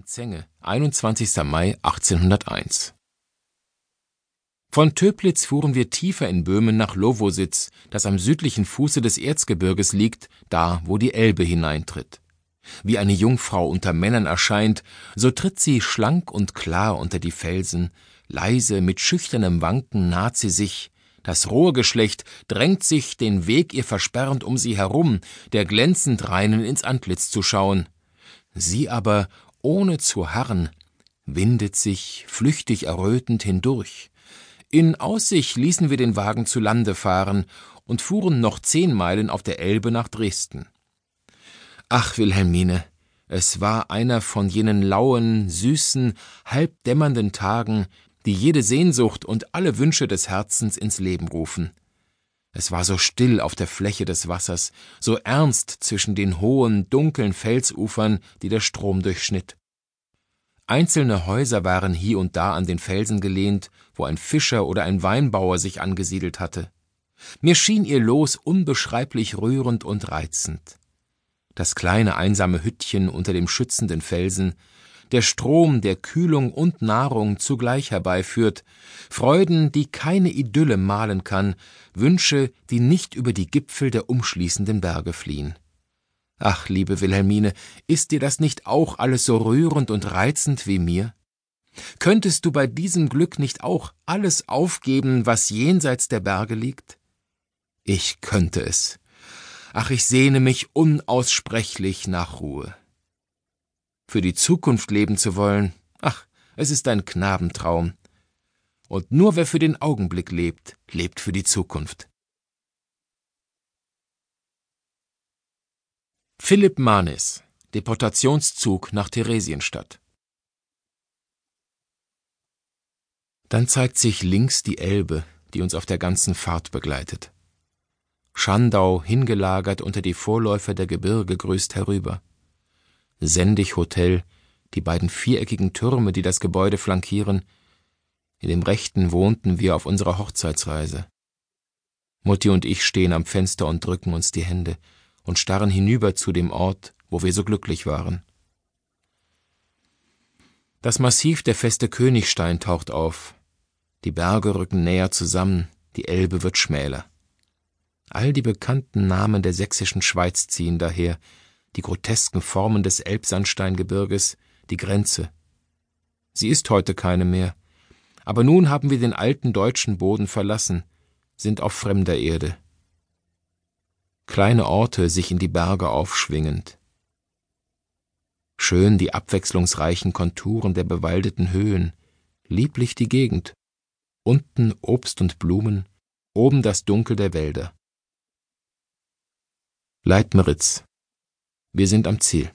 Zenge, 21. Mai 1801. Von Töplitz fuhren wir tiefer in Böhmen nach Lowositz, das am südlichen Fuße des Erzgebirges liegt, da, wo die Elbe hineintritt. Wie eine Jungfrau unter Männern erscheint, so tritt sie schlank und klar unter die Felsen, leise mit schüchternem Wanken naht sie sich, das Rohrgeschlecht drängt sich, den Weg ihr versperrend um sie herum, der glänzend reinen ins Antlitz zu schauen. Sie aber, ohne zu harren, windet sich, flüchtig errötend, hindurch. In Aussicht ließen wir den Wagen zu Lande fahren und fuhren noch 10 Meilen auf der Elbe nach Dresden. Ach, Wilhelmine, es war einer von jenen lauen, süßen, halbdämmernden Tagen, die jede Sehnsucht und alle Wünsche des Herzens ins Leben rufen. Es war so still auf der Fläche des Wassers, so ernst zwischen den hohen, dunklen Felsufern, die der Strom durchschnitt. Einzelne Häuser waren hier und da an den Felsen gelehnt, wo ein Fischer oder ein Weinbauer sich angesiedelt hatte. Mir schien ihr Los unbeschreiblich rührend und reizend. Das kleine einsame Hüttchen unter dem schützenden Felsen, der Strom, der Kühlung und Nahrung zugleich herbeiführt, Freuden, die keine Idylle malen kann, Wünsche, die nicht über die Gipfel der umschließenden Berge fliehen. Ach, liebe Wilhelmine, ist dir das nicht auch alles so rührend und reizend wie mir? Könntest du bei diesem Glück nicht auch alles aufgeben, was jenseits der Berge liegt? Ich könnte es. Ach, ich sehne mich unaussprechlich nach Ruhe. Für die Zukunft leben zu wollen, ach, es ist ein Knabentraum. Und nur wer für den Augenblick lebt, lebt für die Zukunft. Philipp Manis, Deportationszug nach Theresienstadt. Dann zeigt sich links die Elbe, die uns auf der ganzen Fahrt begleitet. Schandau hingelagert unter die Vorläufer der Gebirge grüßt herüber. Sendig Hotel, die beiden viereckigen Türme, die das Gebäude flankieren. In dem rechten wohnten wir auf unserer Hochzeitsreise. Mutti und ich stehen am Fenster und drücken uns die Hände und starren hinüber zu dem Ort, wo wir so glücklich waren. Das Massiv der Feste Königstein taucht auf. Die Berge rücken näher zusammen, die Elbe wird schmäler. All die bekannten Namen der sächsischen Schweiz ziehen daher, die grotesken Formen des Elbsandsteingebirges, die Grenze. Sie ist heute keine mehr, aber nun haben wir den alten deutschen Boden verlassen, sind auf fremder Erde. Kleine Orte sich in die Berge aufschwingend. Schön die abwechslungsreichen Konturen der bewaldeten Höhen, lieblich die Gegend. Unten Obst und Blumen, oben das Dunkel der Wälder. Leitmeritz. Wir sind am Ziel.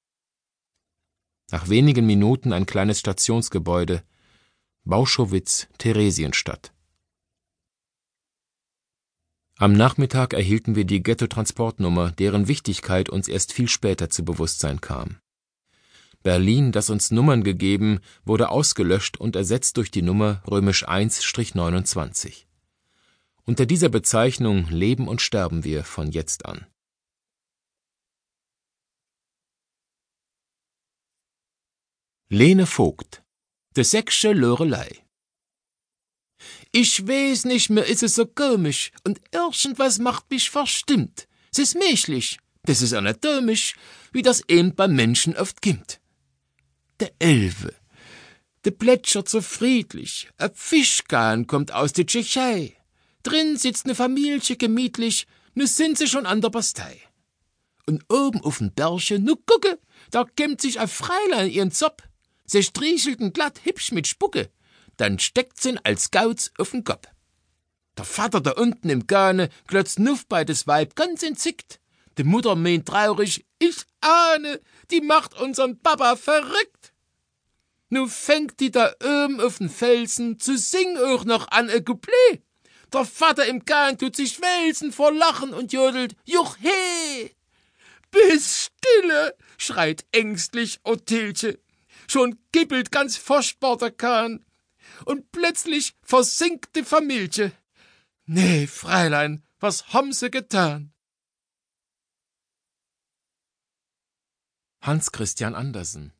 Nach wenigen Minuten ein kleines Stationsgebäude. Bauschowitz, Theresienstadt. Am Nachmittag erhielten wir die Ghetto-Transportnummer, deren Wichtigkeit uns erst viel später zu Bewusstsein kam. Berlin, das uns Nummern gegeben, wurde ausgelöscht und ersetzt durch die Nummer _1-29. Unter dieser Bezeichnung leben und sterben wir von jetzt an. Lene Vogt, de sächsche Lorelei. Ich weiß nicht, mir ist es so komisch und irgendwas macht mich verstimmt. Es ist menschlich, das ist anatomisch, wie das eben beim Menschen oft gibt. Der Elbe, de plätschert so friedlich, a Fischgarn kommt aus der Tschechei. Drin sitzt ne Familie gemütlich, nu sind sie schon an der Bastei. Und oben auf'n Bergchen, nu gucke, da kämmt sich a Freilein ihren Zopp. Sie strieschelten glatt hübsch mit Spucke, dann steckt sie als Gauz auf'n Kopf. Der Vater da unten im Garne glotzt nuff bei des Weib ganz entzickt. Die Mutter meint traurig, ich ahne, die macht unseren Papa verrückt. Nu fängt die da oben auf'n Felsen zu singen auch noch an a Couplet. Der Vater im Garn tut sich wälzen vor Lachen und jodelt, Juch he! Bis stille, schreit ängstlich Ottilche. Schon kippelt ganz furchtbar der Kahn. Und plötzlich versinkt die Familie. Nee, Freilein, was haben sie getan? Hans Christian Andersen.